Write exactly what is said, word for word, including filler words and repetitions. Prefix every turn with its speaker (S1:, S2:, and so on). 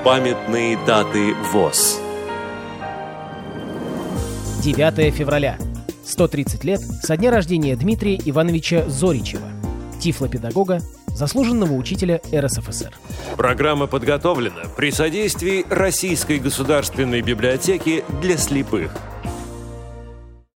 S1: Памятные даты ВОС.
S2: девятое февраля. сто тридцать лет со дня рождения Дмитрия Ивановича Зоричева, тифлопедагога, заслуженного учителя эр эс эф эс эр.
S1: Программа подготовлена при содействии Российской государственной библиотеки для слепых.